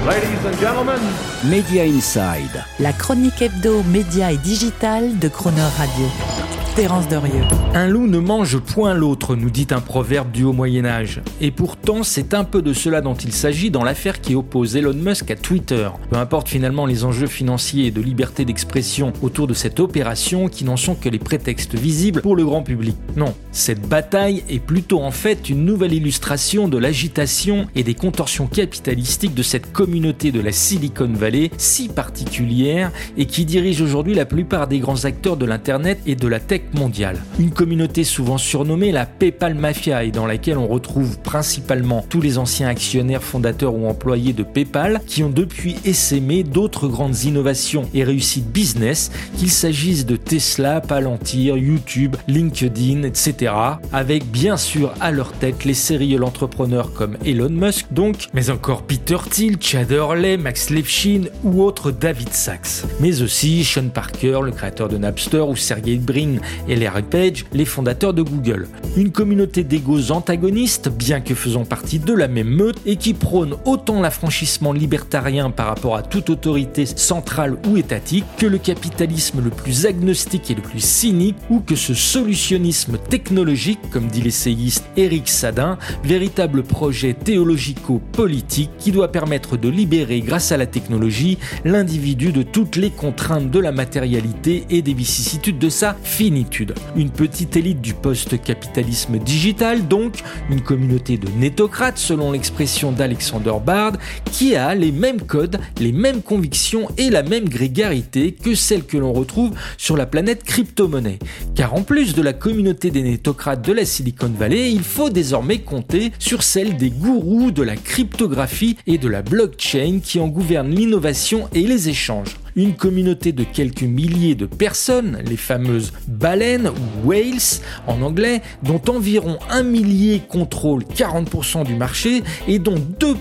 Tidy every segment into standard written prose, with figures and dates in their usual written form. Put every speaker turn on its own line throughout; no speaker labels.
Ladies and gentlemen,
Media Inside.
La chronique hebdo, média et digital de Croner Radio. Terence Derieux.
Un loup ne mange point l'autre, nous dit un proverbe du haut Moyen-Âge. Et pourtant, c'est un peu de cela dont il s'agit dans l'affaire qui oppose Elon Musk à Twitter. Peu importe finalement les enjeux financiers et de liberté d'expression autour de cette opération qui n'en sont que les prétextes visibles pour le grand public. Non, cette bataille est plutôt en fait une nouvelle illustration de l'agitation et des contorsions capitalistiques de cette communauté de la Silicon Valley si particulière et qui dirige aujourd'hui la plupart des grands acteurs de l'internet et de la tech mondiale. Une communauté souvent surnommée la PayPal Mafia et dans laquelle on retrouve principalement tous les anciens actionnaires, fondateurs ou employés de PayPal qui ont depuis essaimé d'autres grandes innovations et réussites business, qu'il s'agisse de Tesla, Palantir, YouTube, LinkedIn, etc. Avec bien sûr à leur tête les sérieux entrepreneurs comme Elon Musk donc, mais encore Peter Thiel, Chad Hurley, Max Levchin ou autre David Sacks. Mais aussi Sean Parker, le créateur de Napster, ou Sergey Brin et Larry Page, les fondateurs de Google. Une communauté d'égos antagonistes, bien que faisant partie de la même meute, et qui prône autant l'affranchissement libertarien par rapport à toute autorité centrale ou étatique, que le capitalisme le plus agnostique et le plus cynique, ou que ce solutionnisme technologique, comme dit l'essayiste Eric Sadin, véritable projet théologico-politique qui doit permettre de libérer, grâce à la technologie, l'individu de toutes les contraintes de la matérialité et des vicissitudes de sa finitude. Une petite élite du post-capitalisme digital, donc une communauté de nétocrates, selon l'expression d'Alexander Bard, qui a les mêmes codes, les mêmes convictions et la même grégarité que celle que l'on retrouve sur la planète crypto-monnaie. Car en plus de la communauté des nétocrates de la Silicon Valley, il faut désormais compter sur celle des gourous de la cryptographie et de la blockchain qui en gouvernent l'innovation et les échanges. Une communauté de quelques milliers de personnes, les fameuses baleines ou whales en anglais, dont environ 1 millier contrôlent 40% du marché et dont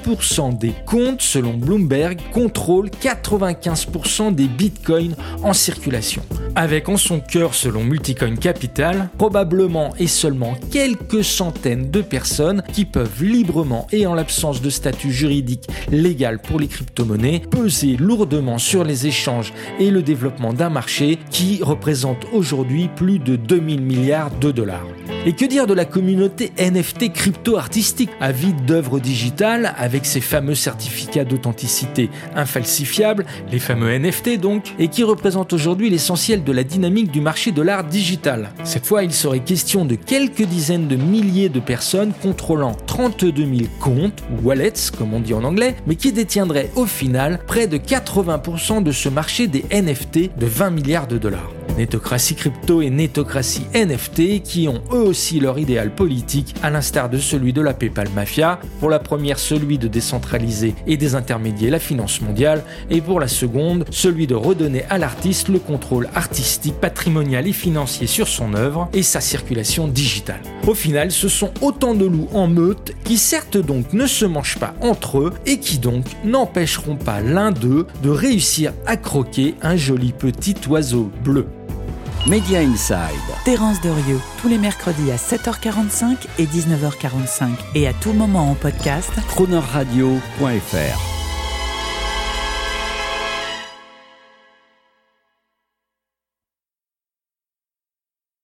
2% des comptes, selon Bloomberg, contrôlent 95% des bitcoins en circulation. Avec en son cœur, selon Multicoin Capital, probablement et seulement quelques centaines de personnes qui peuvent librement et en l'absence de statut juridique légal pour les crypto-monnaies, peser lourdement sur les échanges et le développement d'un marché qui représente aujourd'hui plus de 2000 milliards de dollars. Et que dire de la communauté NFT crypto-artistique, avide d'œuvres digitales avec ses fameux certificats d'authenticité infalsifiables, les fameux NFT donc, et qui représentent aujourd'hui l'essentiel de la dynamique du marché de l'art digital. Cette fois, il serait question de quelques dizaines de milliers de personnes contrôlant 32 000 comptes, ou wallets comme on dit en anglais, mais qui détiendraient au final près de 80% de ce marché des NFT de 20 milliards de dollars. Nétocratie crypto et nétocratie NFT qui ont eux aussi leur idéal politique, à l'instar de celui de la PayPal Mafia, pour la première celui de décentraliser et désintermédier la finance mondiale, et pour la seconde celui de redonner à l'artiste le contrôle artistique, patrimonial et financier sur son œuvre et sa circulation digitale. Au final, ce sont autant de loups en meute qui certes donc ne se mangent pas entre eux et qui donc n'empêcheront pas l'un d'eux de réussir à croquer un joli petit oiseau bleu.
Media Inside.
Terence Derieux, tous les mercredis à 7h45 et 19h45 et à tout moment en podcast.
Cronerradio.fr